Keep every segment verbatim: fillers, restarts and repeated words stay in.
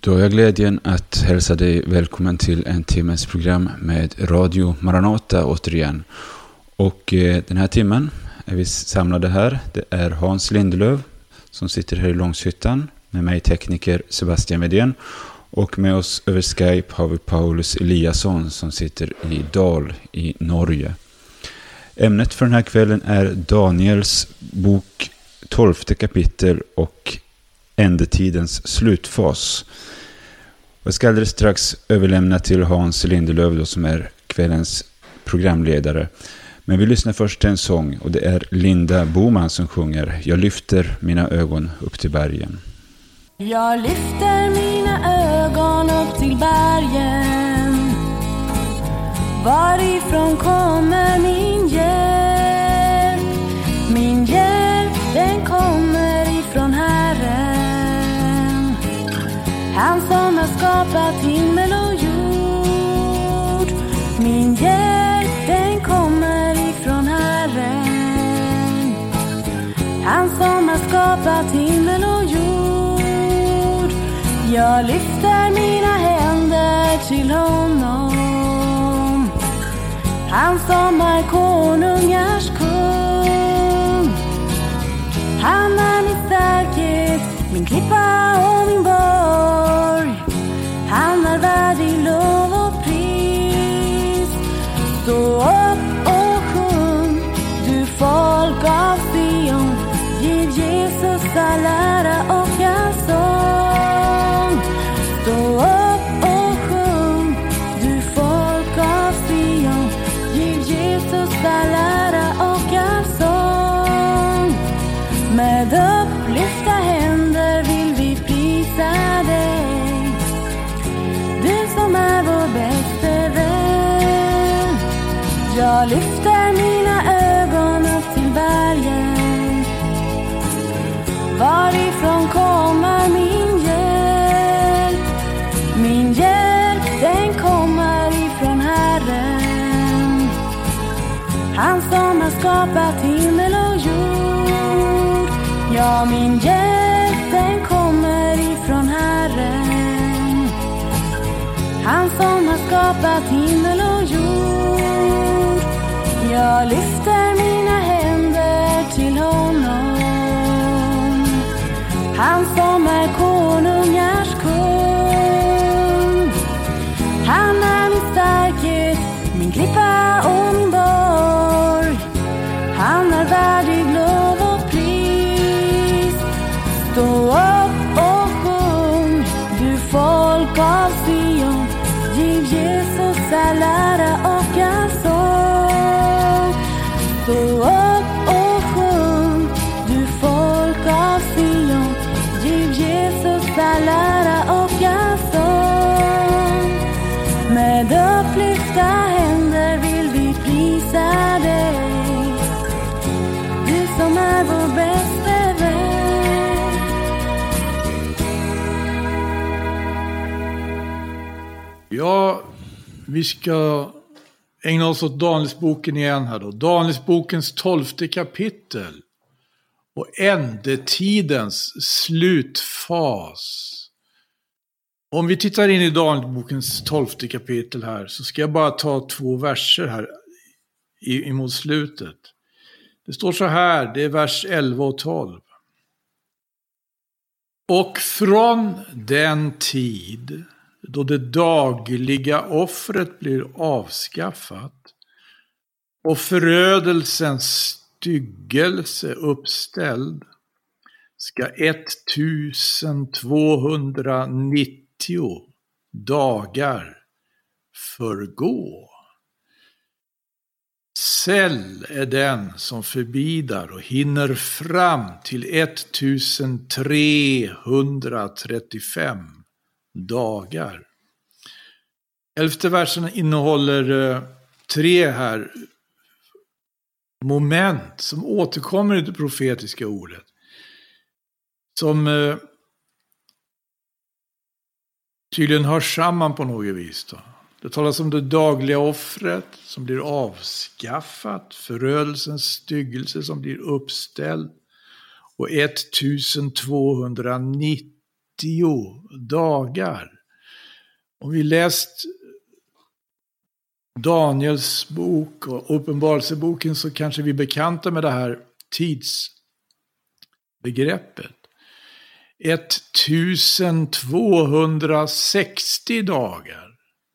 Då har jag glädjen att hälsa dig välkommen till en timmes program med Radio Maranata återigen. Och eh, den här timmen är vi samlade här. Det är Hans Lindelöf som sitter här i Långshyttan med mig tekniker Sebastian Wedén. Och med oss över Skype har vi Paulus Eliasson som sitter i Dal i Norge. Ämnet för den här kvällen är Daniels bok tolfte kapitel och ändetidens slutfas. Jag ska alldeles strax överlämna till Hans Lindelöf då, som är kvällens programledare. Men vi lyssnar först till en sång och det är Linda Boman som sjunger Jag lyfter mina ögon upp till bergen. Jag lyfter mina ögon upp till bergen. Varifrån kommer min hjälp? Min hjälp, den kommer ifrån Herren. Han som har skapat himmel och jord. Min hjälp, den kommer ifrån Herren. Han som har skapat himmel och jord. Jag lyfter mina händer till honom. Han som är konungars kung. Han är min starkhet, min klippa och min borg. Han är värdig lov och pris. Stå upp och sjung, du folk av Sion. Giv Jesus all ära och all sång. Stå upp och sjung, du folk av Sion. Giv Jesus all ära och all sång. Med upplyfta händer vill vi prisa dig. Du som är vår bäste vän. Jag lyfter mina ögon upp till bergen. Varifrån kommer min hjälp? Min hjälp, den kommer ifrån Herren. Han som har skapat himmel och jord. Ja, min hjälp, den kommer ifrån Herren. Han som har skapat himmel och jord. Jag lyfter mina händer till honom. Han som är konungars kung. Han är min starkhet, min klippa och min borg. Han är värdig lov och pris. Stå upp och sjung, du folk av Sion. Giv Jesus all ära och all sång. Stå upp och sjung, du folk av Sion. Giv Jesus all ära och all sång. Med upplyfta händer vill vi prisa dig. Du som är vår bästa vän. Ja, vi ska ägna oss åt Danielsboken igen här då. Danielsbokens tolfte kapitel. Och ändetidens slutfas. Om vi tittar in i Danielsbokens tolfte kapitel här så ska jag bara ta två verser här emot slutet. Det står så här, det är vers elva och tolv. Och från den tid då det dagliga offret blir avskaffat och förödelsens styggelse uppställd ska ettusentvåhundranittio dagar förgå. Säll är den som förbidar och hinner fram till ettusentrehundratrettiofem dagar. Elfte versen innehåller eh, tre här moment som återkommer i det profetiska ordet. Som eh, tydligen hör samman på något vis då. Det talas om det dagliga offret som blir avskaffat, förödelsens styggelse som blir uppställd och ettusentvåhundranittio dagar. Om vi läst Daniels bok och Uppenbarelseboken så kanske vi är bekanta med det här tidsbegreppet. ettusentvåhundrasextio dagar.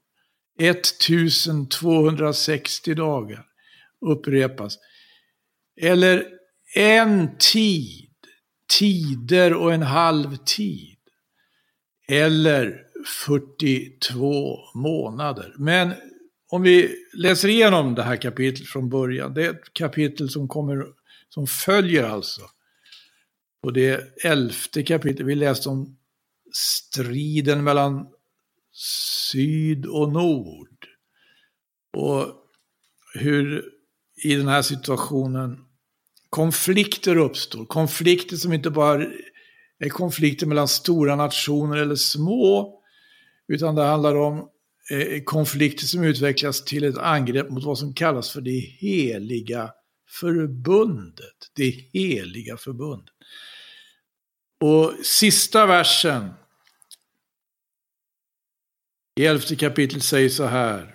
ettusentvåhundrasextio dagar upprepas. Eller en tid, tider och en halv tid. Eller fyrtiotvå månader. Men om vi läser igenom det här kapitlet från början. Det är ett kapitel som kommer, som följer alltså. Och det elfte kapitlet, vi läste om striden mellan syd och nord. Och hur i den här situationen konflikter uppstår. Konflikter som inte bara är konflikter mellan stora nationer eller små. Utan det handlar om eh, konflikter som utvecklas till ett angrepp mot vad som kallas för det heliga förbundet. Det heliga förbundet. Och sista versen i elfte kapitlet säger så här.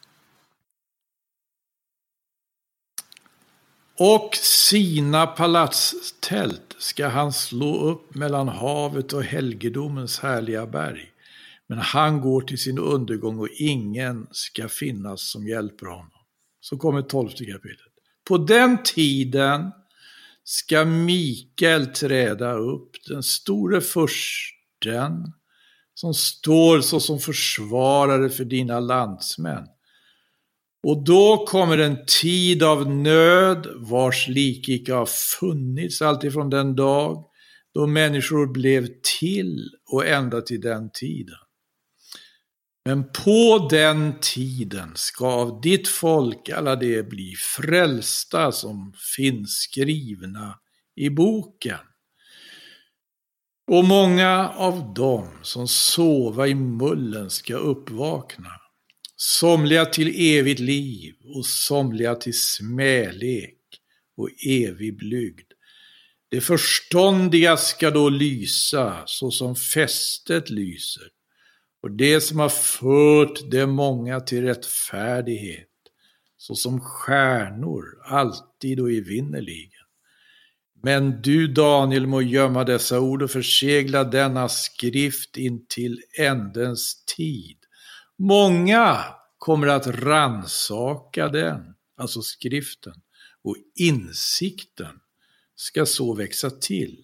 Och sina palatstält ska han slå upp mellan havet och helgedomens härliga berg. Men han går till sin undergång och ingen ska finnas som hjälper honom. Så kommer tolfte kapitlet. På den tiden ska Mikael träda upp, den store fursten som står så som försvarare för dina landsmän. Och då kommer en tid av nöd vars like icke har funnits alltifrån den dag då människor blev till och ända till den tiden. Men på den tiden ska av ditt folk alla det bli frälsta som finns skrivna i boken. Och många av dem som sova i mullen ska uppvakna. Somliga till evigt liv och somliga till smälek och evig blygd. Det förståndiga ska då lysa så som fästet lyser. Och det som har fört det många till rättfärdighet så som stjärnor alltid och evinnerligen. Men du, Daniel, må gömma dessa ord och försegla denna skrift in till ändens tid. Många kommer att ransaka den, alltså skriften, och insikten ska så växa till.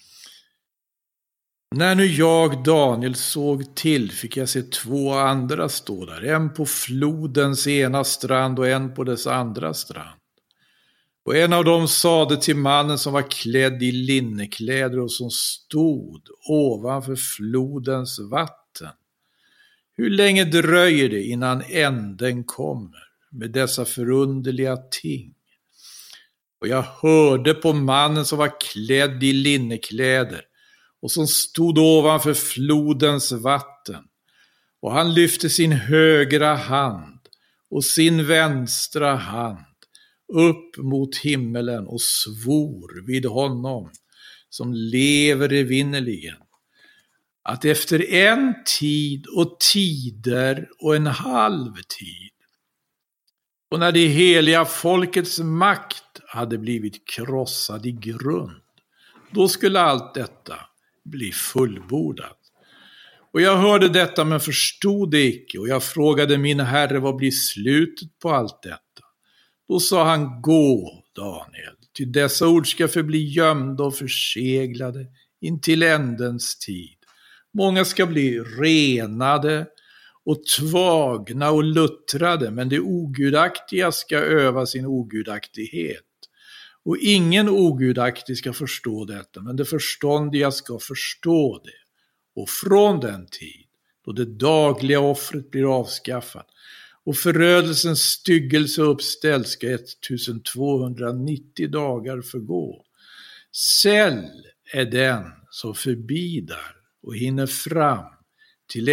När nu jag, Daniel, såg till fick jag se två andra stå där, en på flodens ena strand och en på dess andra strand. Och en av dem sade till mannen som var klädd i linnekläder och som stod ovanför flodens vatten: hur länge dröjer det innan änden kommer med dessa förunderliga ting? Och jag hörde på mannen som var klädd i linnekläder och som stod ovanför flodens vatten. Och han lyfte sin högra hand och sin vänstra hand upp mot himmelen och svor vid honom som lever evinnerligen, att efter en tid och tider och en halv tid, och när det heliga folkets makt hade blivit krossad i grund, då skulle allt detta bli fullbordat. Och jag hörde detta men förstod det icke, och jag frågade min herre, vad blir slutet på allt detta? Då sa han: gå, Daniel, till dessa ord ska förbli gömda och förseglade in till ändens tid. Många ska bli renade och tvagna och luttrade, men det ogudaktiga ska öva sin ogudaktighet. Och ingen ogudaktig ska förstå detta, men det förståndiga ska förstå det. Och från den tid då det dagliga offret blir avskaffat och förödelsens styggelse uppställd ska ettusentvåhundranittio dagar förgå. Säll är den som förbidar och hinner fram till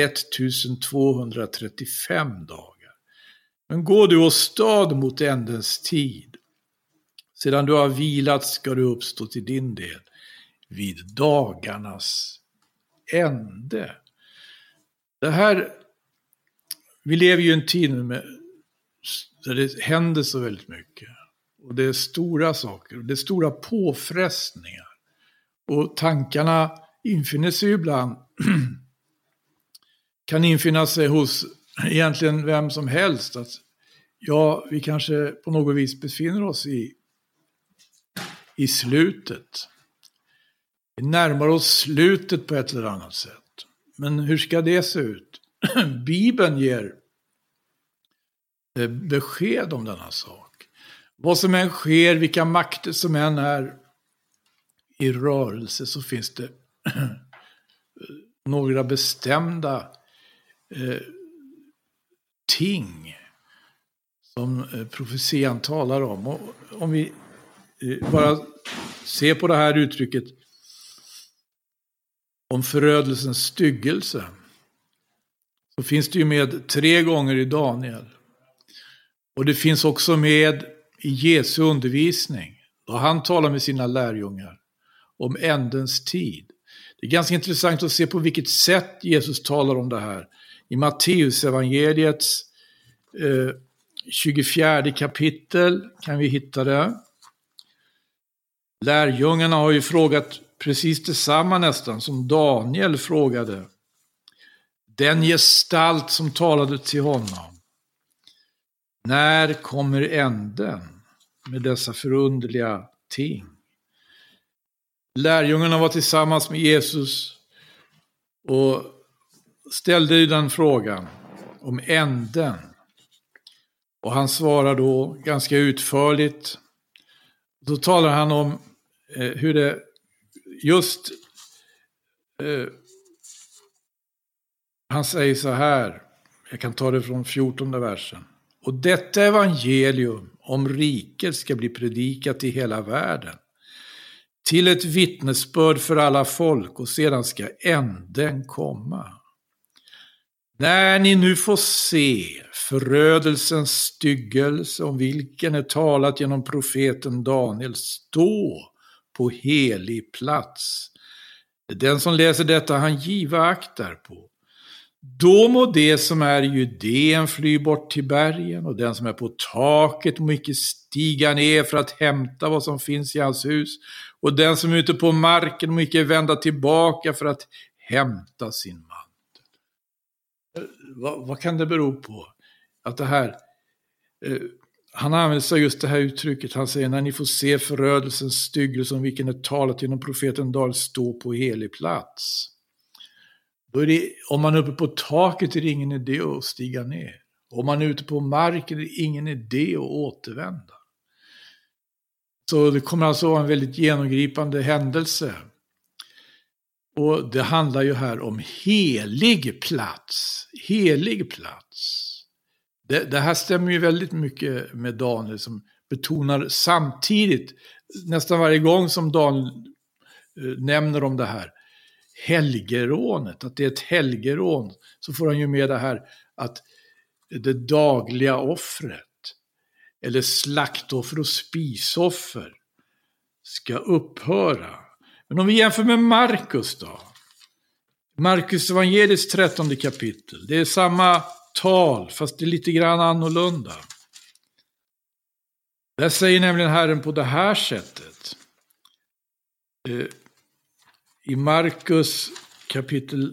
ettusentvåhundratrettiofem dagar. Men går du åstad mot ändens tid, sedan du har vilat ska du uppstå till din del vid dagarnas ände. Det här, vi lever ju i en tid med, där det händer så väldigt mycket. Och det är stora saker, och det är stora påfrestningar. Och tankarna infinner sig ibland, kan infinna sig hos egentligen vem som helst. Att ja, vi kanske på något vis befinner oss i, i slutet. Vi närmar oss slutet på ett eller annat sätt. Men hur ska det se ut? Bibeln ger besked om denna sak. Vad som än sker, vilka makter som än är i rörelse, så finns det några bestämda eh, ting som eh, profetian talar om. Och om vi eh, bara ser på det här uttrycket om förödelsens styggelse, så finns det ju med tre gånger i Daniel. Och det finns också med i Jesu undervisning, då han talar med sina lärjungar om ändens tid. Det är ganska intressant att se på vilket sätt Jesus talar om det här. I Matteus evangeliets eh, tjugofjärde kapitel kan vi hitta det. Lärjungarna har ju frågat precis detsamma nästan som Daniel frågade. Den gestalt som talade till honom. När kommer änden med dessa förunderliga ting? Lärjungarna var tillsammans med Jesus och ställde den frågan om änden. Och han svarar då ganska utförligt. Då talar han om eh, hur det just... Eh, han säger så här, jag kan ta det från fjortonde versen. Och detta evangelium om riket ska bli predikat i hela världen, till ett vittnesbörd för alla folk, och sedan ska änden komma. När ni nu får se förödelsens styggelse, om vilken är talat genom profeten Daniel, stå på helig plats. Den som läser detta han giva aktar på. Då må det som är i Judeen fly bort till bergen, och den som är på taket må icke stiga ner för att hämta vad som finns i hans hus, och den som är ute på marken må icke vända tillbaka för att hämta sin mantel. Vad, vad kan det bero på? Att det här, eh, han använder sig just det här uttrycket, han säger när ni får se förödelsens styggelse om vilken är talat genom profeten Daniel, stå på helig plats. Då är det, om man är uppe på taket är det ingen idé att stiga ner. Om man är ute på marken är det ingen idé att återvända. Så det kommer alltså vara en väldigt genomgripande händelse. Och det handlar ju här om helig plats. Helig plats. Det, det här stämmer ju väldigt mycket med Daniel, som betonar samtidigt, nästan varje gång som Daniel eh, nämner om det här, helgerånet, att det är ett helgerån, så får han ju med det här att det dagliga offret eller slaktoffer och spisoffer ska upphöra. Men om vi jämför med Markus då, Markus evangeliets trettonde kapitel, det är samma tal fast det är lite grann annorlunda. Där säger nämligen Herren på det här sättet. I Markus kapitel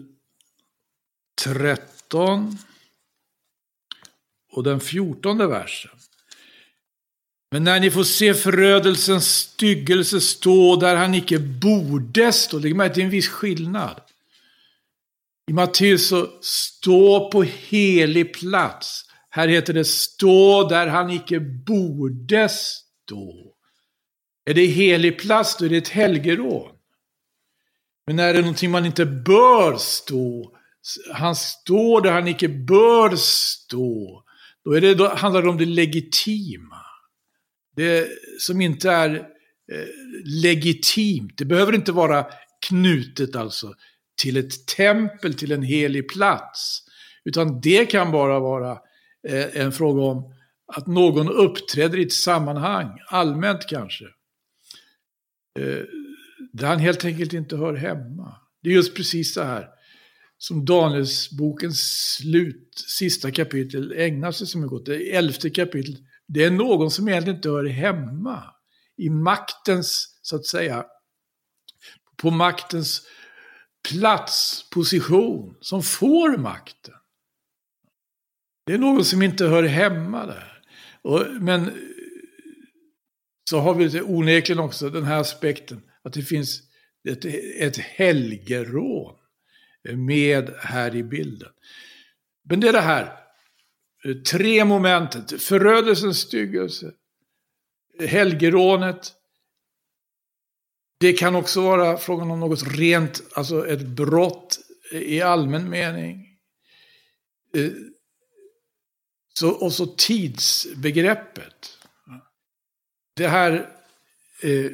tretton och den fjortonde versen. Men när ni får se förödelsens styggelse stå där han icke borde stå, lägg märke till en viss skillnad. I Matteus så stå på helig plats. Här heter det stå där han icke borde stå. Är det helig plats, då är det ett helgerån. Men när det är någonting man inte bör stå, han står där han icke bör stå, då, är det, då handlar det om det legitima. Det som inte är eh, legitimt. Det behöver inte vara knutet alltså till ett tempel, till en helig plats. Utan det kan bara vara eh, en fråga om att någon uppträder i ett sammanhang, allmänt kanske. Eh, där han helt enkelt inte hör hemma. Det är just precis så här som Daniels bokens slut, sista kapitel ägnar sig så mycket åt. Det elfte kapitlet, det är någon som egentligen inte hör hemma i maktens, så att säga, på maktens plats, position, som får makten. Det är någon som inte hör hemma där. Och, men så har vi det onekligen också den här aspekten att det finns ett, ett helgerån med här i bilden. Men det är det här tre momentet: förödelsens styggelse, helgerånet. Det kan också vara frågan om något rent, alltså ett brott i allmän mening. Så, och så tidsbegreppet. Det här eh,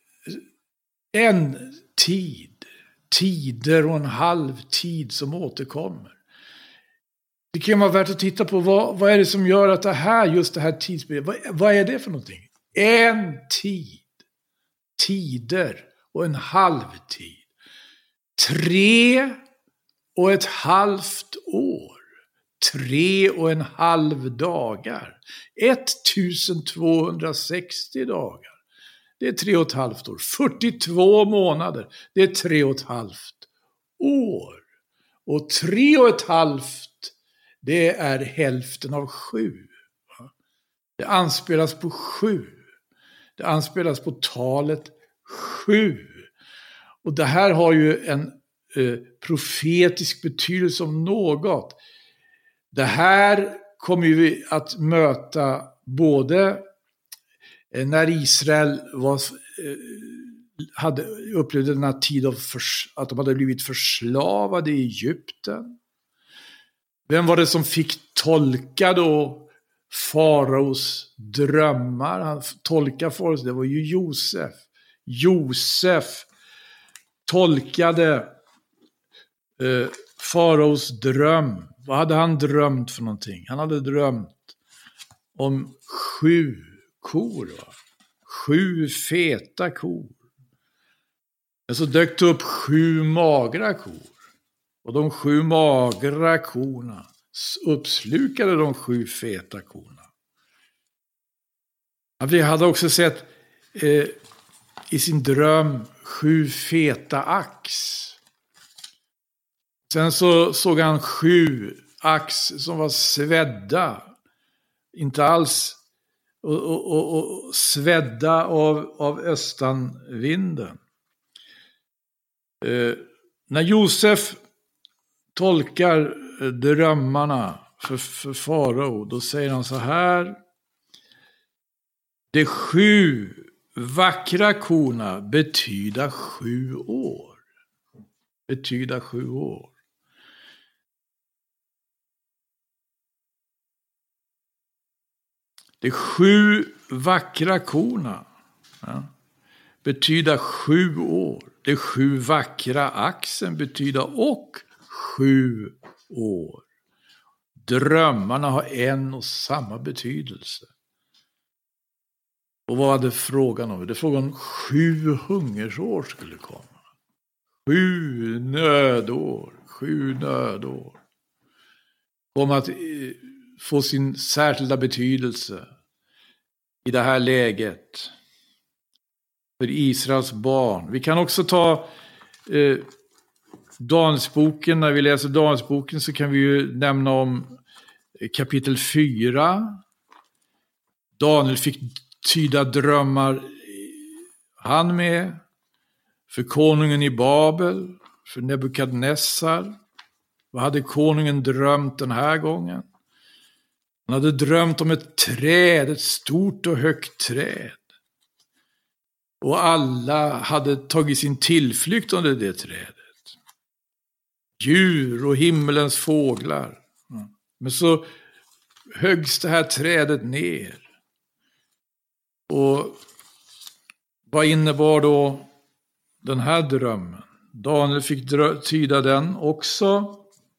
en tid, tider och en halv tid som återkommer. Det kan vara värt att titta på vad, vad är det som gör att det här, just det här tidsbegreppet, vad, vad är det för någonting? En tid, tider och en halv tid. Tre och ett halvt år. Tre och en halv dagar. ettusentvåhundrasextio dagar. Det är tre och ett halvt år. fyrtiotvå månader. Det är tre och ett halvt år. Och tre och ett halvt, det är hälften av sju. Det anspelas på sju. Det anspelas på talet sju. Och det här har ju en eh, profetisk betydelse om något. Det här kommer vi att möta både när Israel var, hade upplevt den här tid av förs- att de hade blivit förslavade i Egypten. Vem var det som fick tolka då faraos drömmar? Han tolkade faraos, det var ju Josef. Josef tolkade eh, faraos dröm. Vad hade han drömt för någonting? Han hade drömt om sju kor. Va? Sju feta kor. Och så dök det upp sju magra kor. Och de sju magra korna uppslukade de sju feta korna. Vi hade också sett eh, i sin dröm sju feta ax. Sen så såg han sju ax som var svedda. Inte alls och, och, och, och svedda av, av östanvinden. Eh, när Josef tolkar drömmarna för, för farao, då säger han så här: de sju vackra korna betyder sju år. Betyder sju år. De sju vackra korna, ja, betyder sju år. De sju vackra axen betyder och sju år. Drömmarna har en och samma betydelse. Och vad var det frågan om? Det är frågan om sju hungersår skulle komma. Sju nödår. Sju nödår. Kommer att få sin särskilda betydelse i det här läget för Israels barn. Vi kan också ta eh, Danielsboken. När vi läser Danielsboken så kan vi ju nämna om kapitel fyra. Daniel fick tyda drömmar han med för konungen i Babel, för Nebukadnessar. Vad hade konungen drömt den här gången? Han hade drömt om ett träd, ett stort och högt träd. Och alla hade tagit sin tillflykt under det trädet. Djur och himmelens fåglar. Men så höggs det här trädet ner. Och vad innebar då den här drömmen? Daniel fick drö- tyda den också.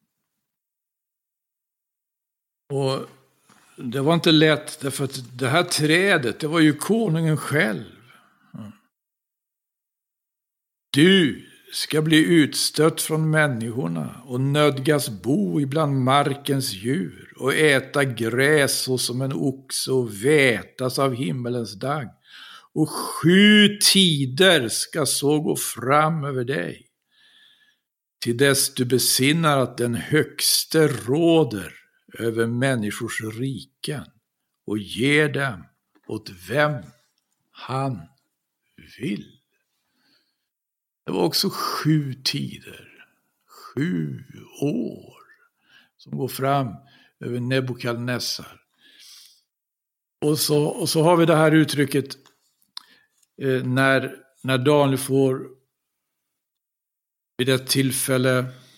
Och det var inte lätt, därför att det här trädet, det var ju konungen själv. Du ska bli utstött från människorna och nödgas bo ibland markens djur och äta gräs så som en oxe och vätas av himmelens dag. Och sju tider ska så gå fram över dig, till dess du besinnar att den högste råder över människors riken och ger dem åt vem han vill. Det var också sju tider, sju år som går fram över Nebukadnessar. Och så, och så har vi det här uttrycket eh, när, när Daniel får vid ett tillfälle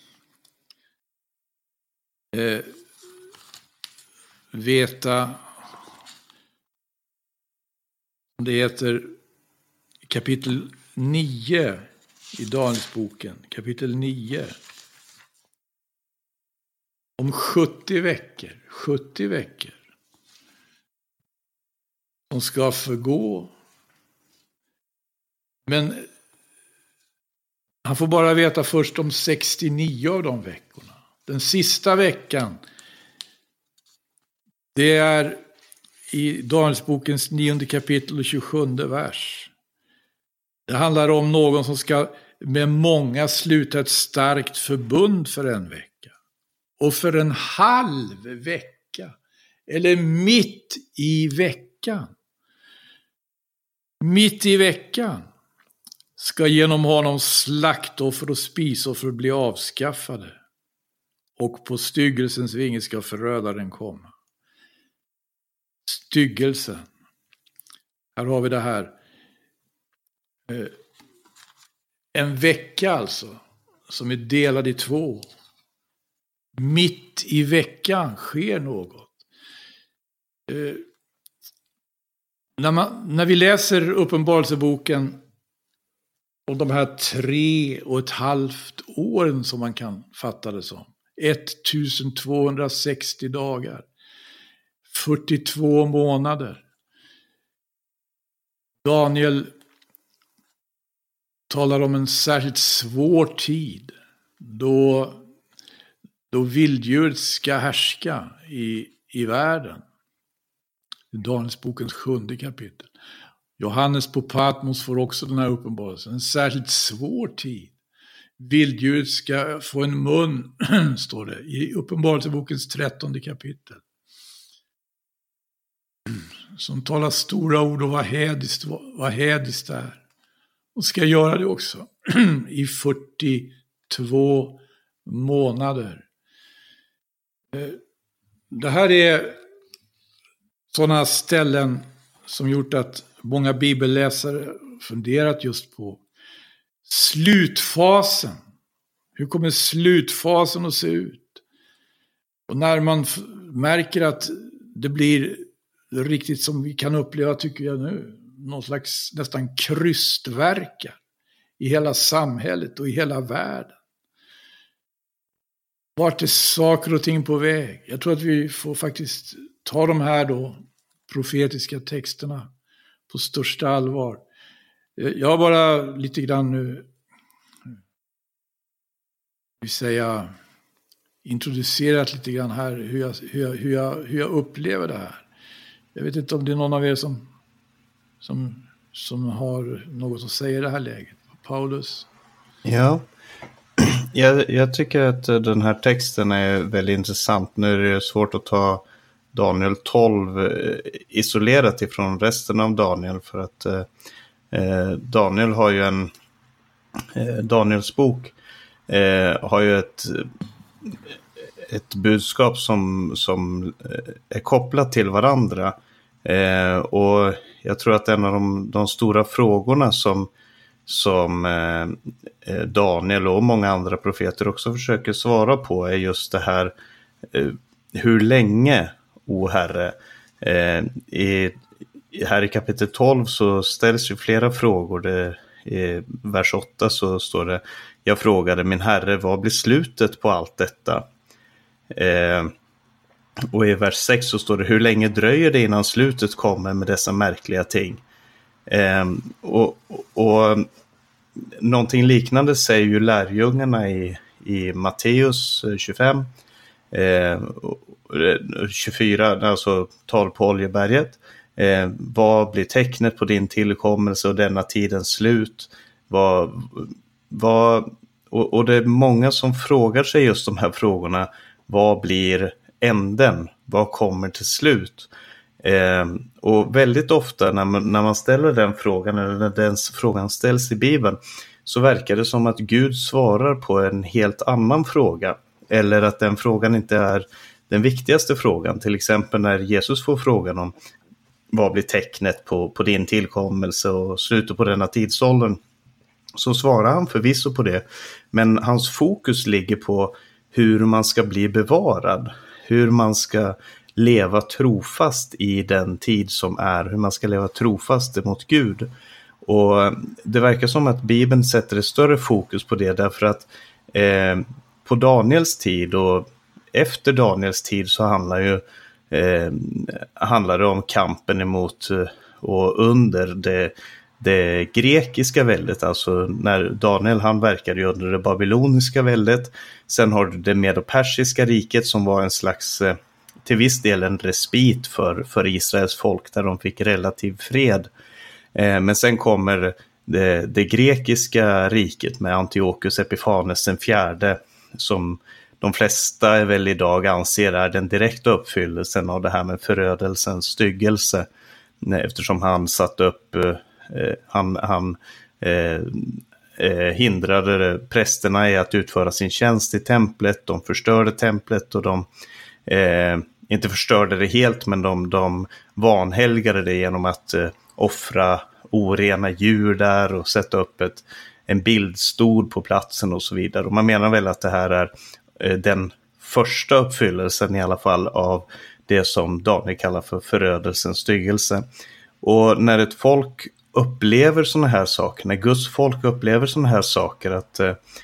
eh, veta, det heter kapitel nio i Danielsboken, kapitel nio, om sjuttio veckor, sjuttio veckor som ska förgå. Men han får bara veta först om sextionio av de veckorna. Den sista veckan, det är i Danielsbokens nionde kapitel och tjugosjunde vers. Det handlar om någon som ska med många sluta ett starkt förbund för en vecka. Och för en halv vecka, eller mitt i veckan, mitt i veckan, ska genom honom slaktoffer och spisoffer bli avskaffade. Och på styggelsens vinge ska förödaren komma. Styggelsen. Här har vi det här. En vecka alltså, som är delad i två. Mitt i veckan sker något. När, man, när vi läser Uppenbarelseboken om de här tre och ett halvt åren som man kan fatta det som. ettusentvåhundrasextio dagar. fyrtiotvå månader. Daniel talar om en särskilt svår tid då, då vilddjuret ska härska i, i världen. Danielsbokens sjunde kapitel. Johannes på Patmos får också den här uppenbarelsen. En särskilt svår tid. Vilddjuret ska få en mun, står det i Uppenbarelsebokens trettonde kapitel. Som talar stora ord och vad hädiskt, vad hädiskt är. Och ska göra det också i fyrtiotvå månader. Det här är sådana ställen som gjort att många bibelläsare funderat just på slutfasen. Hur kommer slutfasen att se ut? Och när man f- märker att det blir riktigt som vi kan uppleva, tycker jag nu, någon slags nästan krystverkar i hela samhället och i hela världen. Vart är saker och ting på väg? Jag tror att vi får faktiskt ta de här då profetiska texterna på största allvar. Jag har bara lite grann nu, vill säga, introducerat lite grann här hur jag, hur jag, hur jag, hur jag upplever det här. Jag vet inte om det är någon av er som, som, som har något att säga i det här läget. Paulus? Ja, jag, jag tycker att den här texten är väldigt intressant. Nu är det svårt att ta Daniel tolv isolerat ifrån resten av Daniel, för att eh, Daniel har ju en eh, Daniels bok eh, har ju ett ett budskap som, som är kopplat till varandra. Eh, och jag tror att en av de, de stora frågorna som, som eh, Daniel och många andra profeter också försöker svara på är just det här, eh, hur länge, o Herre? Eh, i, här i kapitel tolv så ställs ju flera frågor. Det, i vers åtta så står det: jag frågade min Herre, vad blir slutet på allt detta? Eh, och i vers sex så står det: hur länge dröjer det innan slutet kommer med dessa märkliga ting? Eh, och, och någonting liknande säger ju lärjungarna i, i Matteus tjugofem, eh, tjugofyra, alltså tal på Oljeberget. Eh, vad blir tecknet på din tillkommelse och denna tidens slut? Vad, vad, och, och det är många som frågar sig just de här frågorna. Vad blir änden? Vad kommer till slut? Eh, och väldigt ofta när man, när man ställer den frågan, eller när den frågan ställs i Bibeln, så verkar det som att Gud svarar på en helt annan fråga. Eller att den frågan inte är den viktigaste frågan. Till exempel när Jesus får frågan om vad blir tecknet på, på din tillkommelse och slutet på denna tidsåldern, så svarar han förvisso på det. Men hans fokus ligger på hur man ska bli bevarad. Hur man ska leva trofast i den tid som är. Hur man ska leva trofast mot Gud. Och det verkar som att Bibeln sätter ett större fokus på det. Därför att eh, på Daniels tid och efter Daniels tid så handlar ju eh, handlar det om kampen emot och under det, det grekiska väldet. Alltså när Daniel, han verkade ju under det babyloniska väldet. Sen har du det medo-persiska riket som var en slags, till viss del en respit för, för Israels folk, där de fick relativ fred. Eh, men sen kommer det, det grekiska riket med Antiochus Epiphanes den fjärde, som de flesta väl idag anser är den direkta uppfyllelsen av det här med förödelsens styggelse. Eftersom han satt upp, eh, han, han eh, eh, hindrade prästerna i att utföra sin tjänst i templet. De förstörde templet och de, eh, inte förstörde det helt, men de, de vanhelgade det genom att eh, offra orena djur där och sätta upp ett, en bildstod på platsen och så vidare. Och man menar väl att det här är den första uppfyllelsen i alla fall av det som Daniel kallar för förödelsens styggelse. Och när ett folk upplever såna här saker, när Guds folk upplever såna här saker, att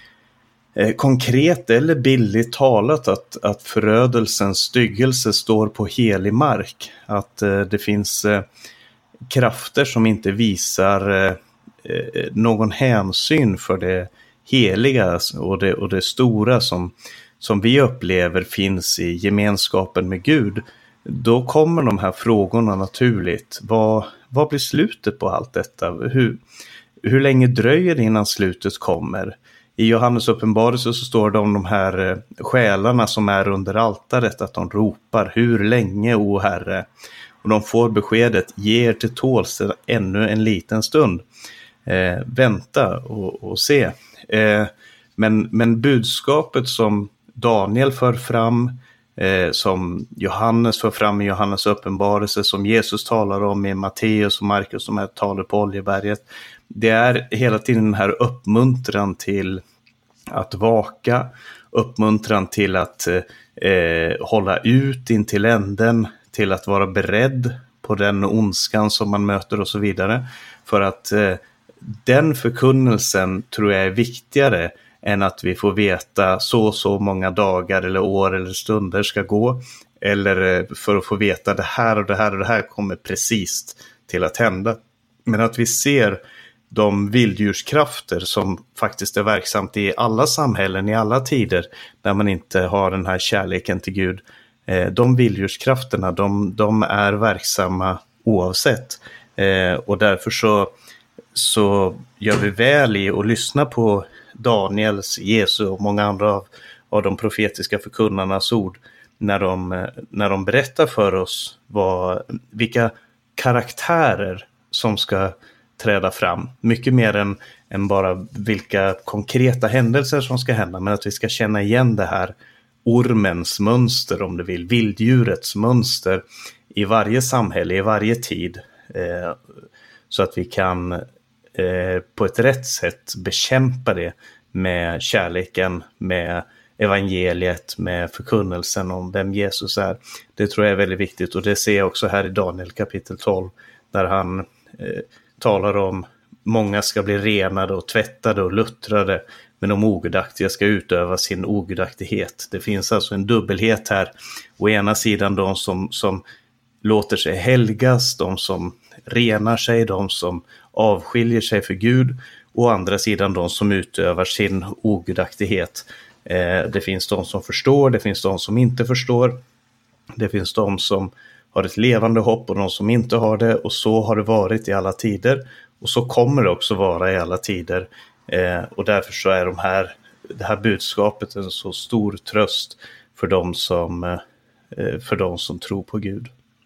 eh, konkret eller bildligt talat att, att förödelsens styggelse står på helig mark, att eh, det finns eh, krafter som inte visar eh, någon hänsyn för det heliga och det, och det stora som, som vi upplever finns i gemenskapen med Gud, då kommer de här frågorna naturligt. Vad, vad blir slutet på allt detta? Hur, hur länge dröjer det innan slutet kommer? I Johannes uppenbarelse så står det om de här själarna som är under altaret, att de ropar: hur länge, o Herre? Och de får beskedet: ge er till tåls ännu en liten stund. Eh, vänta och, och se. Eh, men, men budskapet som Daniel för fram, eh, som Johannes för fram i Johannes uppenbarelse, som Jesus talar om i Matteus och Markus som är talar på Oljeberget, det är hela tiden den här uppmuntran till att vaka, uppmuntran till att eh, hålla ut in till änden, till att vara beredd på den ondskan som man möter och så vidare. För att eh, den förkunnelsen tror jag är viktigare än att vi får veta så och så många dagar eller år eller stunder ska gå. Eller för att få veta det här och det här och det här kommer precis till att hända. Men att vi ser de vilddjurskrafter som faktiskt är verksamt i alla samhällen, i alla tider, där man inte har den här kärleken till Gud. De vilddjurskrafterna, de, de är verksamma oavsett. Och därför så så gör vi väl i att lyssna på Daniels, Jesu och många andra av, av de profetiska förkunnarnas ord när de, när de berättar för oss vad, vilka karaktärer som ska träda fram. Mycket mer än, än bara vilka konkreta händelser som ska hända, men att vi ska känna igen det här ormens mönster, om du vill, vilddjurets mönster i varje samhälle, i varje tid, eh, så att vi kan eh, på ett rätt sätt bekämpa det med kärleken, med evangeliet, med förkunnelsen om vem Jesus är. Det tror jag är väldigt viktigt, och det ser jag också här i Daniel kapitel tolv, där han eh, talar om många ska bli renade och tvättade och luttrade, men de ogudaktiga ska utöva sin ogudaktighet. Det finns alltså en dubbelhet här. Å ena sidan de som, som låter sig helgas, de som renar sig, de som avskiljer sig för Gud. å andra sidan de som utövar sin ogudaktighet. Eh, det finns de som förstår, det finns de som inte förstår. Det finns de som har ett levande hopp och de som inte har det, och så har det varit i alla tider. Och så kommer det också vara i alla tider. Eh, och därför så är de här, det här budskapet en så stor tröst för de som, eh, för de som tror på Gud.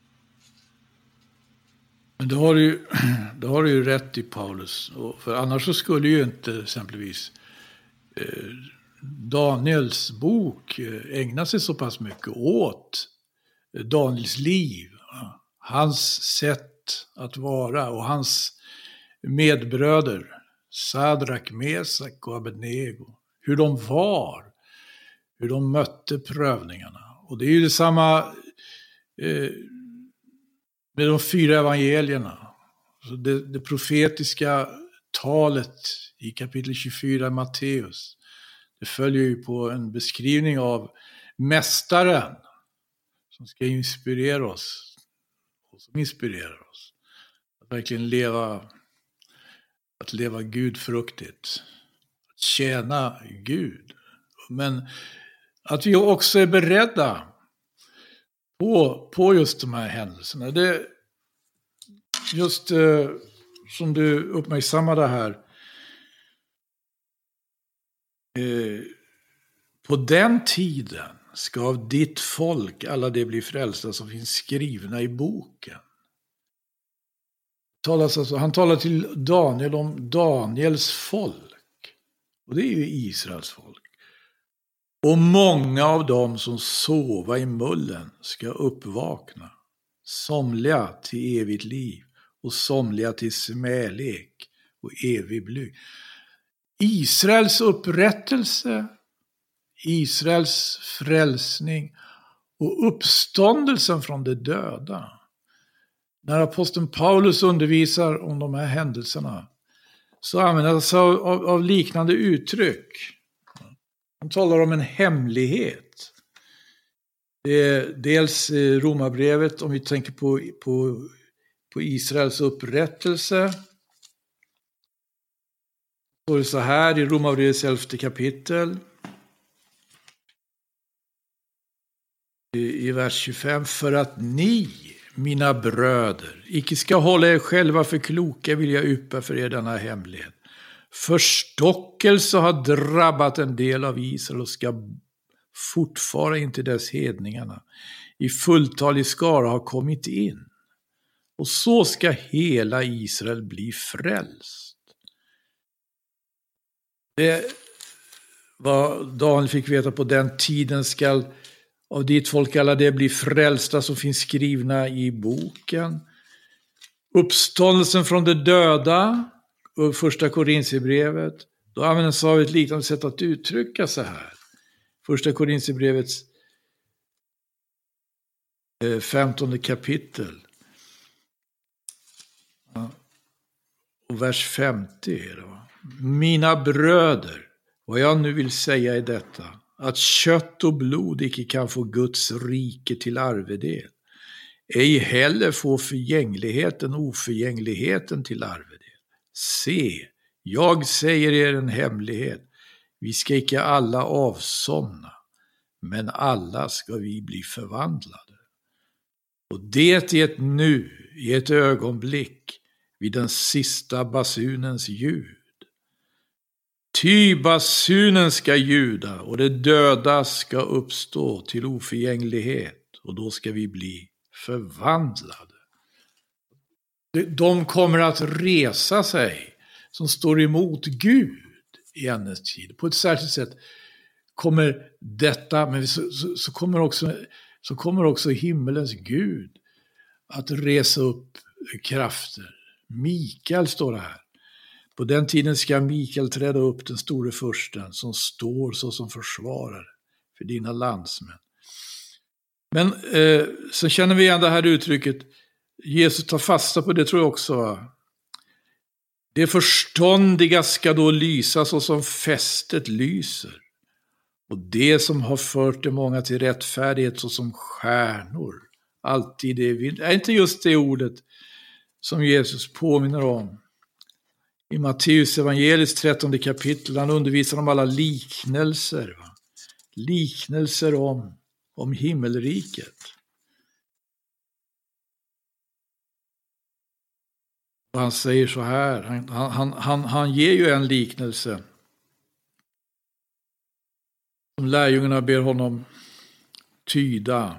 Men det har du ju, det har du ju rätt i, Paulus. Och för annars så skulle ju inte exempelvis eh, Daniels bok eh, ägna sig så pass mycket åt eh, Daniels liv. Hans sätt att vara och hans medbröder, Sadrak, Mesak och Abednego. Hur de var, hur de mötte prövningarna. Och det är ju detsamma eh, med de fyra evangelierna. Så det, det profetiska talet i kapitel tjugofyra i Matteus, det följer ju på en beskrivning av mästaren som ska inspirera oss. Och som inspirerar oss. Att verkligen leva, att leva gudfruktigt. Att tjäna Gud. Men att vi också är beredda på, på just de här händelserna. Det, just eh, som du uppmärksammade här. Eh, på den tiden ska av ditt folk alla det bli frälsta som finns skrivna i boken. Talas alltså, han talar till Daniel om Daniels folk. Och det är ju Israels folk. Och många av dem som sova i mullen ska uppvakna. Somliga till evigt liv och somliga till smälek och evig blyg. Israels upprättelse, Israels frälsning och uppståndelsen från de döda. När aposteln Paulus undervisar om de här händelserna så använder han sig av, av, av liknande uttryck. Han talar om en hemlighet. Det är dels Romarbrevet, om vi tänker på, på, på Israels upprättelse. Så är det så här i Romarbrevets elfte kapitel. I, I vers tjugofem. För att ni, mina bröder, icke ska hålla er själva för kloka vill jag yppa för er denna hemlighet. Förstockelse har drabbat en del av Israel och ska fortfara in till dess hedningarna. I fulltalig skara har kommit in. Och så ska hela Israel bli frälst. Det vad Daniel fick veta på den tiden skall av ditt folk alla det bli frälsta som finns skrivna i boken. Uppståndelsen från de döda, första Korinthierbrevet, då används av ett liknande sätt att uttrycka sig här. Första Korinthierbrevets femtonde kapitel. Och vers femtio är det, va? Mina bröder, vad jag nu vill säga är detta, att kött och blod icke kan få Guds rike till arvedel. Ej heller få förgängligheten oförgängligheten till arvedel. Se, jag säger er en hemlighet. Vi ska icke alla avsomna, men alla ska vi bli förvandlade. Och det är ett nu, i ett ögonblick, vid den sista basunens ljud. Ty basunen ska ljuda och det döda ska uppstå till oförgänglighet och då ska vi bli förvandlade. De kommer att resa sig som står emot Gud i ändens tid. På ett särskilt sätt kommer detta, men så, så, så, kommer också, så kommer också himmelens Gud att resa upp krafter. Mikael står det här. På den tiden ska Mikael träda upp, den store fursten som står så som försvarare för dina landsmän. Men eh, så känner vi igen det här uttrycket. Jesus tar fasta på det, tror jag också. Det förståndiga ska då lysa så som fästet lyser. Och det som har fört de många till rättfärdighet så som stjärnor. Alltid det vill. Är inte just det ordet som Jesus påminner om i Matteus evangeliets trettonde kapitel. Han undervisar om alla liknelser. Va? Liknelser om, om himmelriket. Och han säger så här, han, han, han, han ger ju en liknelse som lärjungarna ber honom tyda.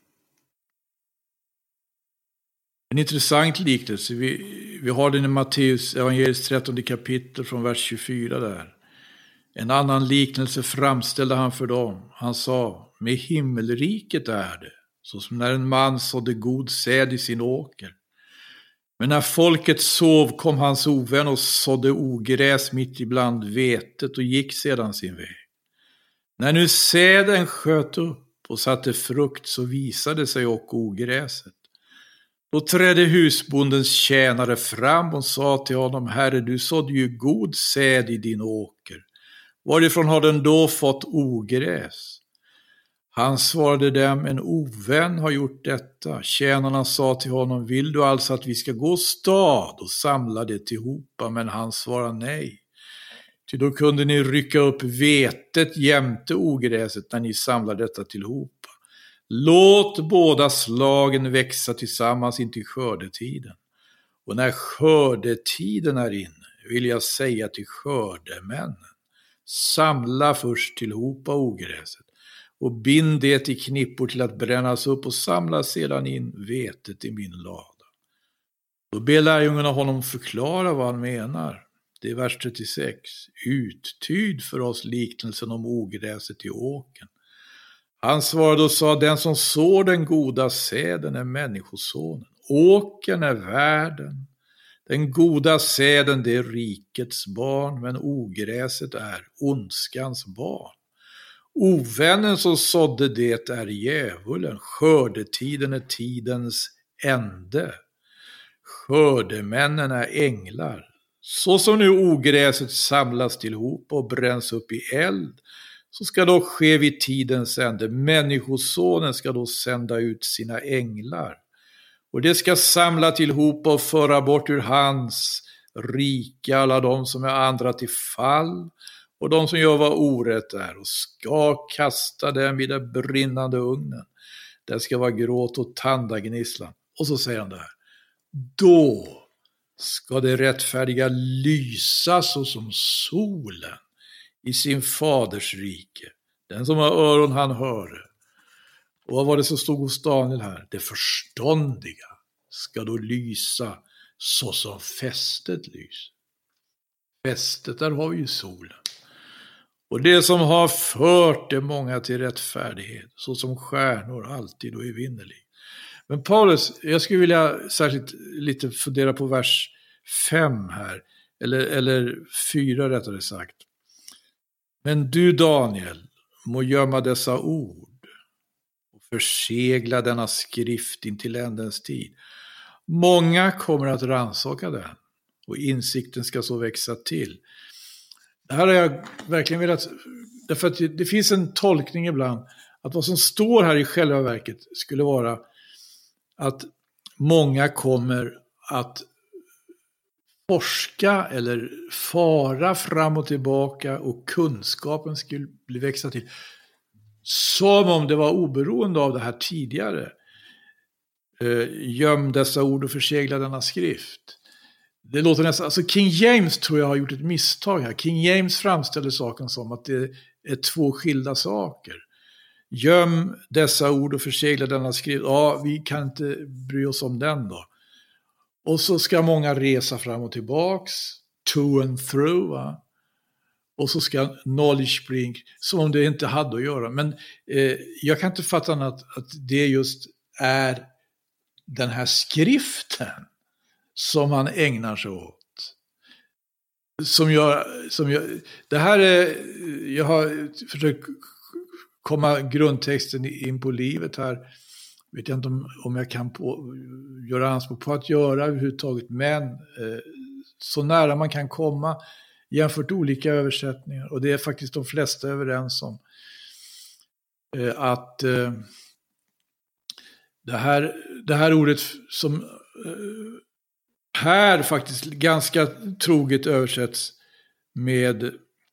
En intressant liknelse, vi, vi har den i Matteus evangeliets trettonde kapitel från vers tjugofyra där. En annan liknelse framställde han för dem. Han sa, med himmelriket är det, så som när en man sådde god säd i sin åker. Men när folket sov kom hans ovän och sådde ogräs mitt ibland vetet och gick sedan sin väg. När nu säden sköt upp och satte frukt så visade sig och ogräset. Då trädde husbondens tjänare fram och sa till honom, Herre, du sådde ju god säd i din åker. Varifrån har den då fått ogräs? Han svarade dem, en ovän har gjort detta. Tjänarna sa till honom, vill du alltså att vi ska gå stad och samla det tillhopa? Men han svarade nej. Ty då kunde ni rycka upp vetet jämte ogräset när ni samlar detta tillhopa. Låt båda slagen växa tillsammans in till skördetiden. Och när skördetiden är inne vill jag säga till skördemännen, samla först tillhopa ogräset och bind det i knippor till att brännas upp och samla sedan in vetet i min lada. Då ber lärjungarna honom förklara vad han menar. Det är vers trettiosex. Uttyd för oss liknelsen om ogräset i åkern. Han svarade och sa, den som sår den goda säden är människosonen. Åkern är världen. Den goda säden det är rikets barn, men ogräset är ondskans barn. Ovännen som sådde det är djävulen. Skördetiden är tidens ände. Skördemännen är änglar. Så som nu ogräset samlas tillhop och bränns upp i eld, så ska då ske vid tidens ände. Människosonen ska då sända ut sina änglar. Och det ska samla tillhop och föra bort ur hans rike alla de som är andra till fall och de som gör vad orätt är, och ska kasta dem vid den brinnande ugnen. Det ska vara gråt och tandagnisslan. Och så säger han det här. Då ska det rättfärdiga lysa så som solen i sin faders rike. Den som har öron han hör. Och vad var det som stod hos Daniel här? Det förståndiga ska då lysa så som fästet lyser. Fästet, där har vi ju solen. Och det som har fört det många till rättfärdighet, så som stjärnor alltid och evinnerlig. Men Paulus, jag skulle vilja särskilt lite fundera på vers fem här, eller, eller fyra rättare sagt. Men du Daniel, må gömma dessa ord och försegla denna skrift in till ändens tid. Många kommer att rannsaka den och insikten ska så växa till. Det här har jag verkligen velat, därför att det, det finns en tolkning ibland att vad som står här i själva verket skulle vara att många kommer att forska eller fara fram och tillbaka och kunskapen skulle bli växa till. Som om det var oberoende av det här tidigare. Göm dessa ord och försegla denna skrift. Det låter nästan, alltså King James tror jag har gjort ett misstag här. King James framställer saken som att det är två skilda saker. Göm dessa ord och försegla denna skrift. Ja, vi kan inte bry oss om den då. Och så ska många resa fram och tillbaks. To and through. Va? Och så ska knowledge bring. Som om det inte hade att göra. Men eh, jag kan inte fatta att, att det just är den här skriften som man ägnar sig åt. Som jag, som jag, det här är, jag har försökt komma grundtexten in på livet här. Vet jag inte om, om jag kan på, göra anspråk på att göra överhuvudtaget, men eh, så nära man kan komma jämfört olika översättningar. Och det är faktiskt de flesta överens om. Eh, att eh, det, här, det här ordet som eh, här faktiskt ganska troget översätts med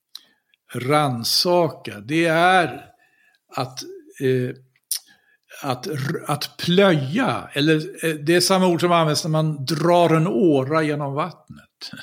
ransaka. Det är att, eh, att, att plöja, eller eh, det är samma ord som används när man drar en åra genom vattnet.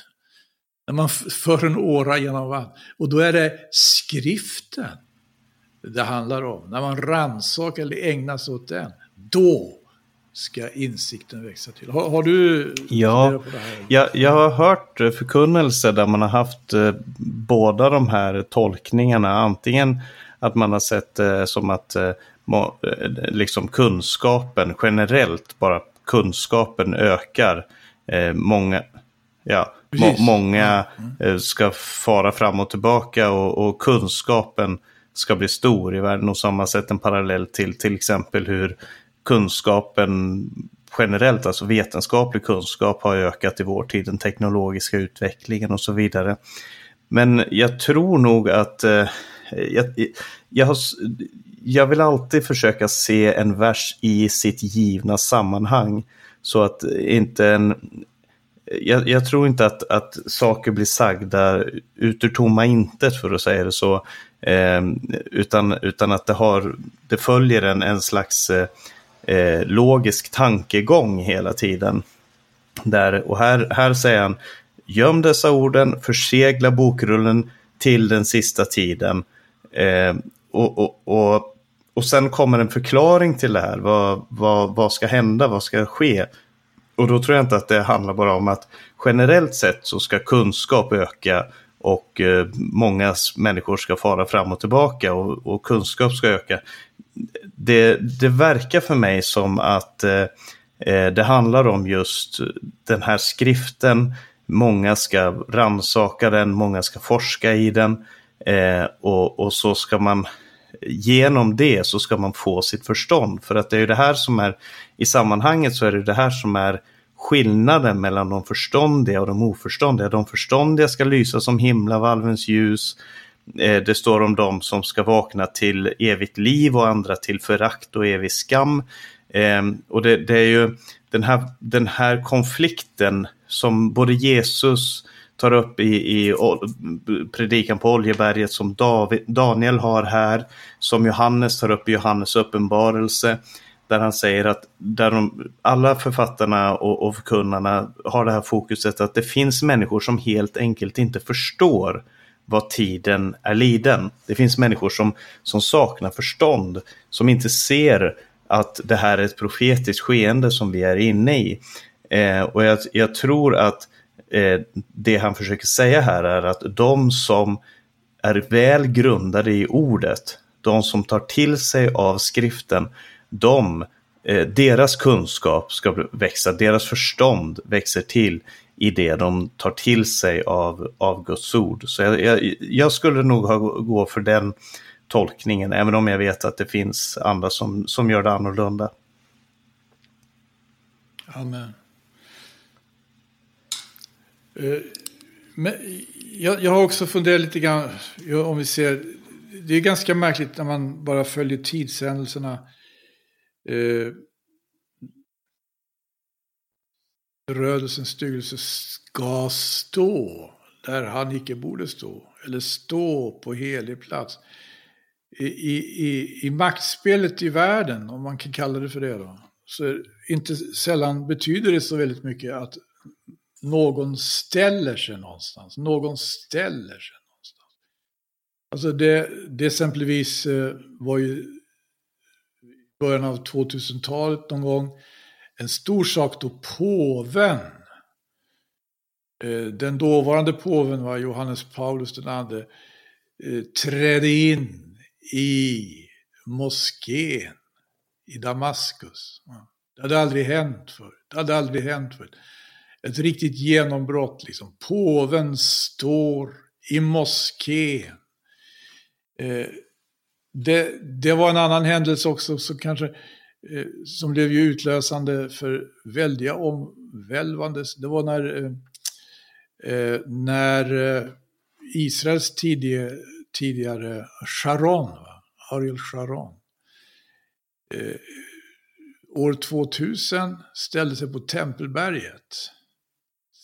När man för en åra genom vattnet. Och då är det skriften det handlar om. När man ransakar eller ägnar sig åt den, då ska insikten växa till. Har, har du ja, på det här? Jag, jag har hört förkunnelse där man har haft eh, båda de här tolkningarna. Antingen att man har sett eh, som att eh, må, eh, liksom kunskapen generellt, bara kunskapen ökar. Eh, många ja, må, många eh, ska fara fram och tillbaka och, och kunskapen ska bli stor i världen. Och så har man sett en parallell till till exempel hur kunskapen generellt, alltså vetenskaplig kunskap, har ökat i vår tid, den teknologiska utvecklingen och så vidare. Men jag tror nog att eh, jag, jag, har, jag vill alltid försöka se en vers i sitt givna sammanhang, så att inte en jag, jag tror inte att, att saker blir sagda ut ur tomma intet, för att säga det så, eh, utan, utan att det, har, det följer en, en slags eh, logisk tankegång hela tiden. Där, och här, här säger han: göm dessa orden, försegla bokrullen till den sista tiden. Eh, och, och, och, och sen kommer en förklaring till det här. Vad, vad, vad ska hända? Vad ska ske? Och då tror jag inte att det handlar bara om att generellt sett så ska kunskap öka och eh, många människor ska fara fram och tillbaka och, och kunskap ska öka. Det, det verkar för mig som att eh, det handlar om just den här skriften. Många ska ransaka den, många ska forska i den eh, och, och så ska man genom det så ska man få sitt förstånd. För att det är ju det här som är, i sammanhanget så är det det här som är skillnaden mellan de förståndiga och de oförståndiga. De förståndiga ska lysa som himlavalvens ljus. Eh, det står om dem som ska vakna till evigt liv och andra till förakt och evig skam. Eh, och det, det är ju den här, den här konflikten som både Jesus tar upp i, i predikan på Oljeberget, som David, Daniel har här, som Johannes tar upp i Johannes uppenbarelse, där han säger att där de, alla författarna och, och förkunnarna har det här fokuset att det finns människor som helt enkelt inte förstår vad tiden är liden. Det finns människor som, som saknar förstånd, som inte ser att det här är ett profetiskt skeende som vi är inne i. Eh, och jag, jag tror att eh, det han försöker säga här är att de som är väl grundade i ordet, de som tar till sig av skriften, de, eh, deras kunskap ska växa, deras förstånd växer till i det de tar till sig av, av Guds ord. Så jag, jag, jag skulle nog ha, gå för den tolkningen, även om jag vet att det finns andra som, som gör det annorlunda. Amen. Uh, men jag, jag har också funderat lite grann, om vi ser, det är ganska märkligt när man bara följer tidshändelserna. Uh, Rödelsens styggelse ska stå där han icke borde stå, eller stå på helig plats. I, i, i maktspelet i världen, om man kan kalla det för det då, så inte sällan betyder det så väldigt mycket att någon ställer sig någonstans. Någon ställer sig någonstans. Alltså det, det exempelvis var ju i början av tvåtusentalet någon gång en stor sak då påven, den dåvarande påven var Johannes Paulus den andre, trädde in i moskén i Damaskus. Det hade aldrig hänt förr. Det hade aldrig hänt förr. Ett riktigt genombrott liksom. Påven står i moskén. Eh, det, det var en annan händelse också som kanske eh, som blev ju utlösande för väldiga omvälvande. Det var när eh, när eh, Israels tidigare tidigare Sharon, va? Ariel Sharon, eh, år tvåtusen ställde sig på Tempelberget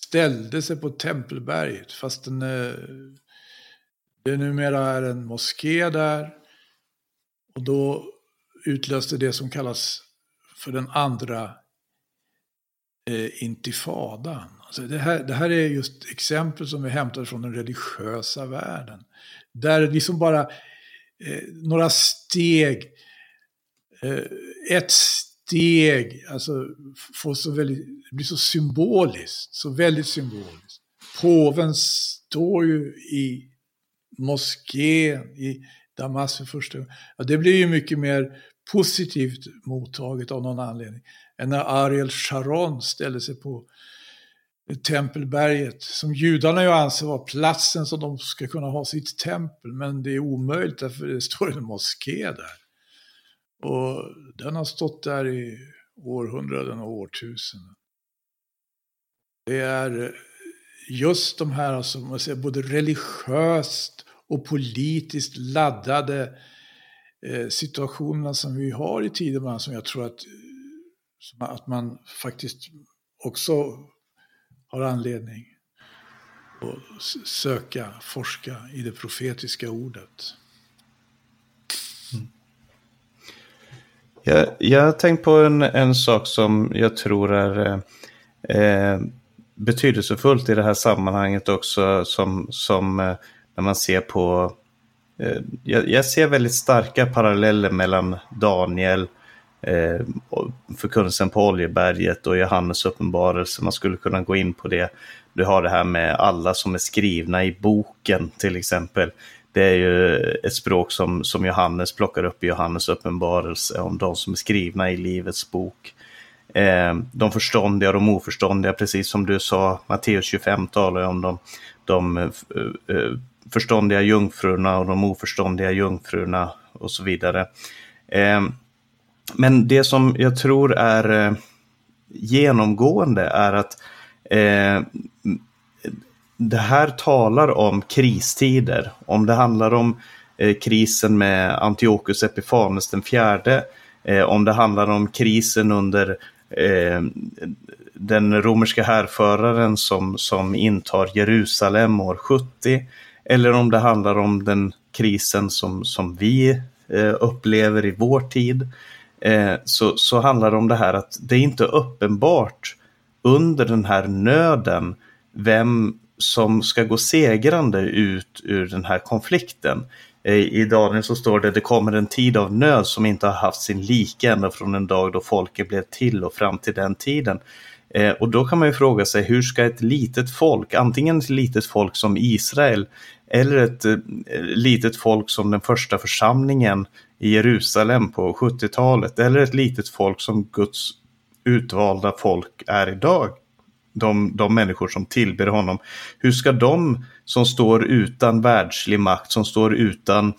ställde sig på Tempelberget, fast den, det numera är en moské där. Och då utlöste det som kallas för den andra eh, intifadan. Alltså det, här, det här är just exempel som är hämtade från den religiösa världen. Där liksom bara eh, några steg, eh, ett steg, alltså får så väldigt, det blir så symboliskt, så väldigt symboliskt. Påven står ju i moskén i Damas för första gången. Ja, det blir ju mycket mer positivt mottaget av någon anledning än när Ariel Sharon ställde sig på Tempelberget, som judarna ju anser vara platsen som de ska kunna ha sitt tempel, men det är omöjligt därför det står en moské där. Och den har stått där i århundraden och årtusenden. Det är just de här, alltså, man säger, både religiöst och politiskt laddade eh, situationerna som vi har i tiden, som jag tror att, att man faktiskt också har anledning att söka, forska i det profetiska ordet. Mm. Jag, jag har tänkt på en, en sak som jag tror är eh, betydelsefullt i det här sammanhanget också, som, som eh, när man ser på, eh, jag, jag ser väldigt starka paralleller mellan Daniel, eh, förkunnelsen på Oljeberget och Johannes uppenbarelse. Man skulle kunna gå in på det. Du har det här med alla som är skrivna i boken till exempel. Det är ju ett språk som, som Johannes plockar upp i Johannes uppenbarelse om de som är skrivna i livets bok. Eh, de förståndiga och de oförståndiga, precis som du sa, Matteus tjugofem talar om de, de eh, förståndiga jungfrurna och de oförståndiga jungfrurna och så vidare. Eh, men det som jag tror är eh, genomgående är att eh, det här talar om kristider. Om det handlar om eh, krisen med Antiochus Epiphanes den fjärde, eh, om det handlar om krisen under eh, den romerska härföraren som, som intar Jerusalem år sjuttio, eller om det handlar om den krisen som, som vi eh, upplever i vår tid, eh, så, så handlar det om det här att det är inte uppenbart under den här nöden vem som ska gå segrande ut ur den här konflikten. I Daniel så står det: det kommer en tid av nöd som inte har haft sin like ända från en dag då folket blev till och fram till den tiden. Eh, och då kan man ju fråga sig, hur ska ett litet folk, antingen ett litet folk som Israel eller ett eh, litet folk som den första församlingen i Jerusalem på sjuttiotalet, eller ett litet folk som Guds utvalda folk är idag, de, de människor som tillber honom, hur ska de som står utan världslig makt, som står utan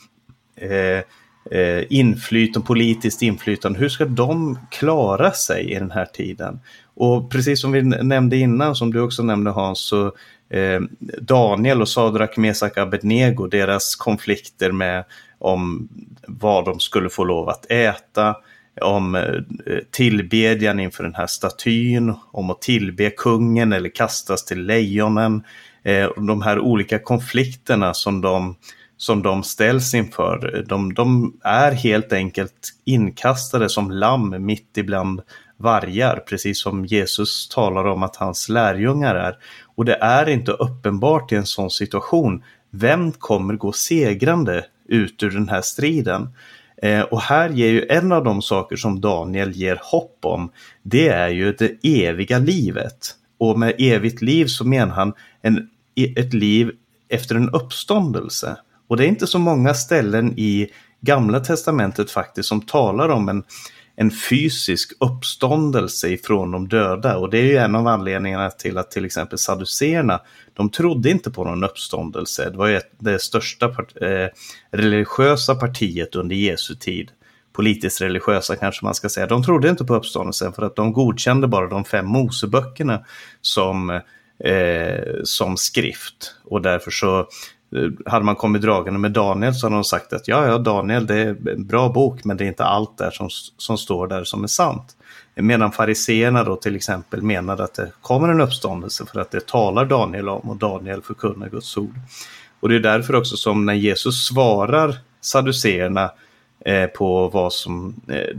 eh, eh, inflytande, politiskt inflytande, hur ska de klara sig i den här tiden? Och precis som vi nämnde innan, som du också nämnde Hans, så eh, Daniel och Sadrak, Mesak, Abednego, deras konflikter med om vad de skulle få lov att äta, om tillbedjan inför den här statyn, om att tillbe kungen eller kastas till lejonen, eh, de här olika konflikterna som de, som de ställs inför, de, de är helt enkelt inkastade som lamm mitt ibland vargar, precis som Jesus talar om att hans lärjungar är. Och det är inte uppenbart i en sån situation vem kommer gå segrande ut ur den här striden. Eh, och här ger ju en av de saker som Daniel ger hopp om, det är ju det eviga livet. Och med evigt liv så menar han en, ett liv efter en uppståndelse. Och det är inte så många ställen i Gamla testamentet faktiskt som talar om en, en fysisk uppståndelse ifrån de döda. Och det är ju en av anledningarna till att till exempel sadduceerna, de trodde inte på någon uppståndelse. Det var ju ett, det största part, eh, religiösa partiet under Jesu tid. Politiskt religiösa kanske man ska säga. De trodde inte på uppståndelsen för att de godkände bara de fem Moseböckerna som, eh, som skrift. Och därför så hade man kommit dragande med Daniel så hade de sagt att ja, ja, Daniel, det är en bra bok, men det är inte allt där som, som står där som är sant. Medan fariseerna då till exempel menade att det kommer en uppståndelse för att det talar Daniel om, och Daniel förkunnar Guds ord. Och det är därför också som när Jesus svarar sadduceerna eh, på vad som eh,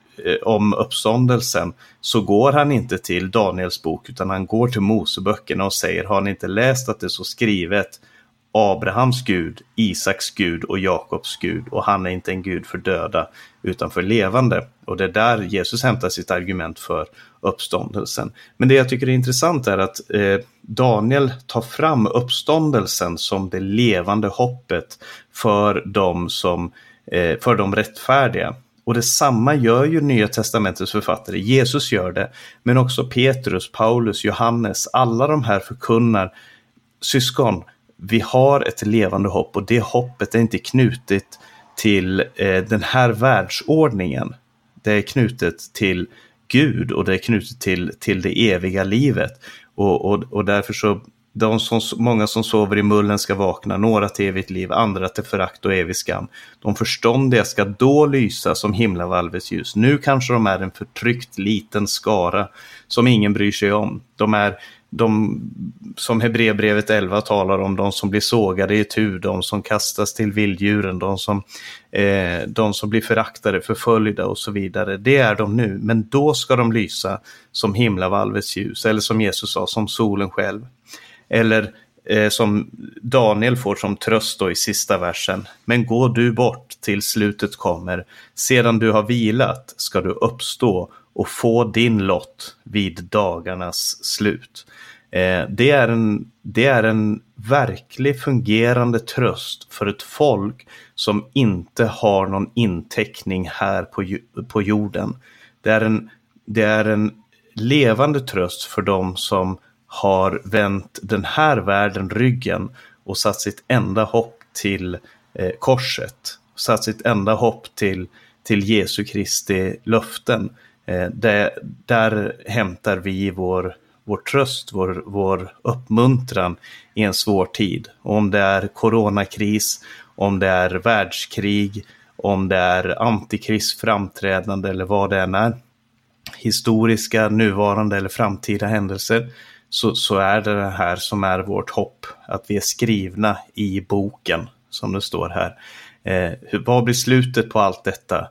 om uppståndelsen, så går han inte till Daniels bok utan han går till Moseböckerna och säger: har ni inte läst att det är så skrivet, Abrahams Gud, Isaks Gud och Jakobs Gud, och han är inte en Gud för döda utan för levande. Och det är där Jesus hämtar sitt argument för uppståndelsen. Men det jag tycker är intressant är att eh, Daniel tar fram uppståndelsen som det levande hoppet för de, som, eh, för de rättfärdiga. Och detsamma gör ju Nya testamentets författare. Jesus gör det, men också Petrus, Paulus, Johannes, alla de här förkunnar: syskon, vi har ett levande hopp, och det hoppet är inte knutet till eh, den här världsordningen. Det är knutet till Gud, och det är knutet till, till det eviga livet. Och, och, och därför så, de som, många som sover i mullen ska vakna, några till evigt liv, andra till förakt och evig skam. De förståndiga ska då lysa som himlavalvets ljus. Nu kanske de är en förtryckt liten skara som ingen bryr sig om. De är de som Hebreerbrevet elva talar om, de som blir sågade i tur, de som kastas till vilddjuren, de som, eh, de som blir föraktade, förföljda och så vidare. Det är de nu, men då ska de lysa som himlavalvets ljus, eller som Jesus sa, som solen själv. Eller eh, som Daniel får som tröst då i sista versen: men gå du bort till slutet kommer, sedan du har vilat ska du uppstå och få din lott vid dagarnas slut. Eh, det är en, det är en verklig fungerande tröst för ett folk som inte har någon inteckning här på, på jorden. Det är, en, det är en levande tröst för dem som har vänt den här världen ryggen och satt sitt enda hopp till eh, korset, satt sitt enda hopp till, till Jesu Kristi löften. Eh, där, där hämtar vi vår, vår tröst, vår, vår uppmuntran i en svår tid. Och om det är coronakris, om det är världskrig, om det är antikrist framträdande eller vad det än är, historiska, nuvarande eller framtida händelser, så, så är det det här som är vårt hopp. Att vi är skrivna i boken, som det står här. Eh, hur, vad blir slutet på allt detta?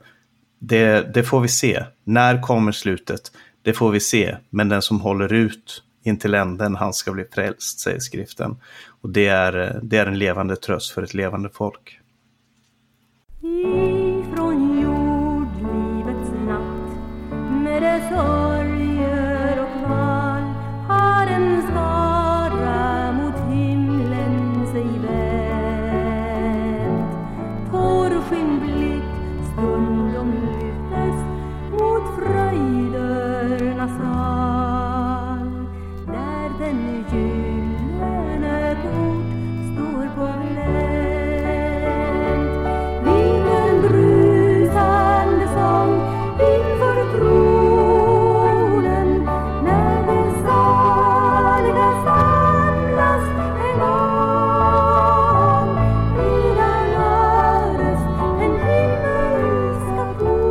Det, det får vi se. När kommer slutet? Det får vi se. Men den som håller ut intill änden, han ska bli frälst, säger skriften. Och det är, det är en levande tröst för ett levande folk. Ifrån jordlivets natt med dess sorger och kval har en skara mot himlen sig vänt. Tårskinn blick stundom lyftes mot fröjdernas sal, där den gyllene port står på glänt. Vilken brusande sång inför tronen, när det saliga samlas en gång. Redan höres den himmelska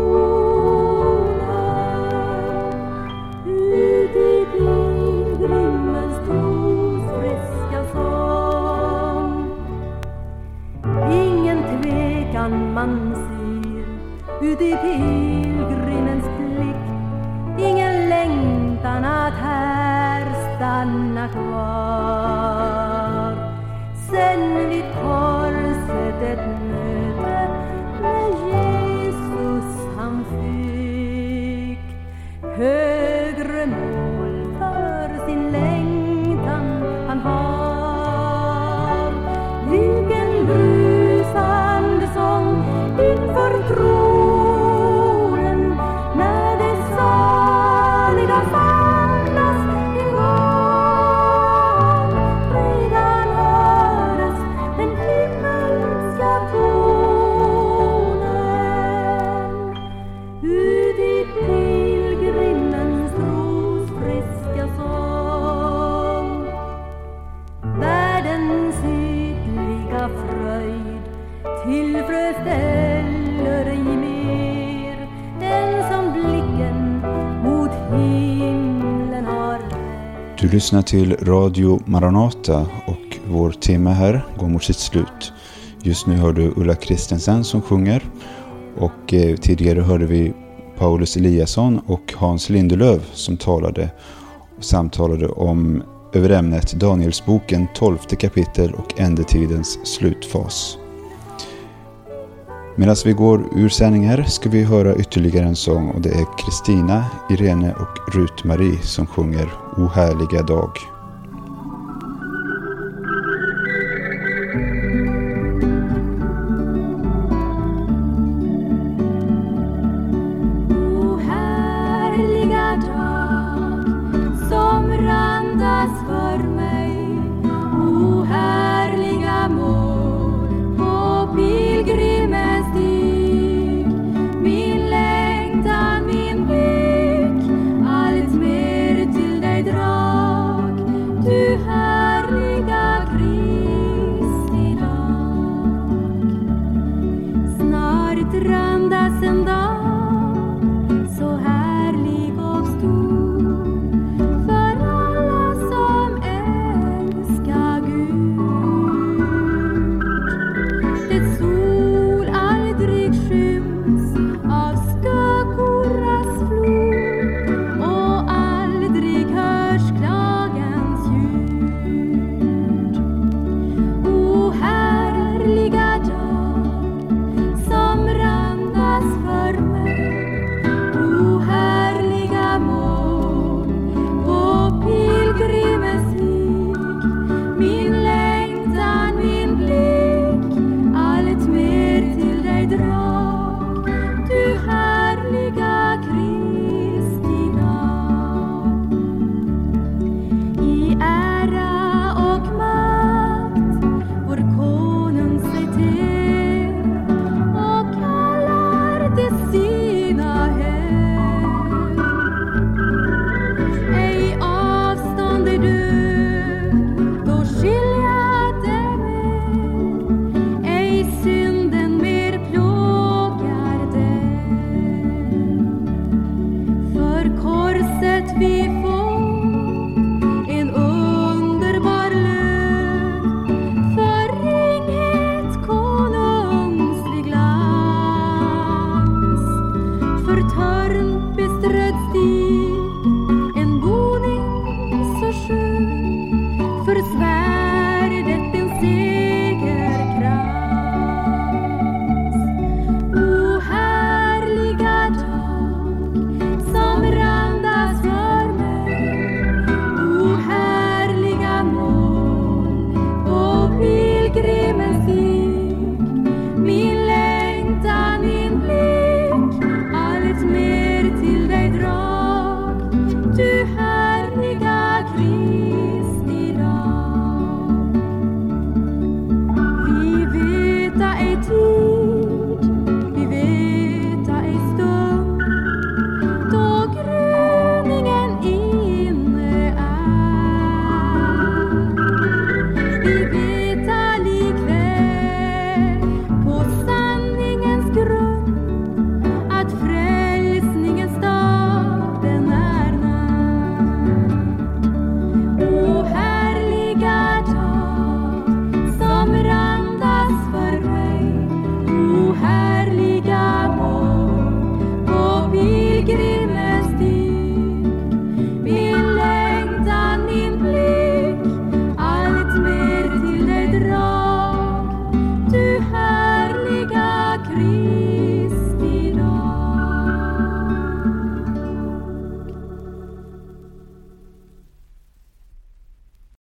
tonen, ut i pilgrimens trosfriska sång. Ingen tvekan man ser ut i pilgrimens blick, ingen längtan att här stanna kvar. Sen vid korset ett möte med Jesus han fick, högre mål för sin längtan han har. Vilken brusande sång inför tronen, när det saliga samlas en gång. Redan höres den himmelska tonen, ut i pilgrimen Du lyssnar till Radio Maranata och vår timme här går mot sitt slut. Just nu hör du Ulla Kristensen som sjunger och eh, tidigare hörde vi Paulus Eliasson och Hans Lindelöv som talade och samtalade om över ämnet Danielsboken tolfte kapitel och ändetidens slutfas. Medan vi går ur sändning här ska vi höra ytterligare en sång och det är Kristina, Irene och Rut-Marie som sjunger O härliga dag. O härliga dag som randas för mig, o härliga mål på pilgrimens stig, min längtan, min blick, allt mer till dig drag, du härliga Kristi dag. Snart randas en dag så härlig och stor för alla som älskar Gud. Det sol aldrig skyms av skuggornas flod och aldrig hörs klagens ljud. O härliga dag som randas för mig, o härliga mål på pilgrimens stig, min längtan, min blick, allt mer till dig drag, du härliga Kristi dag. I ära och makt vår konung sig till och kallar till sina hem. Ej avstånd är död, då skilja dem ej, ej synden mer plågar dem. För korset vi får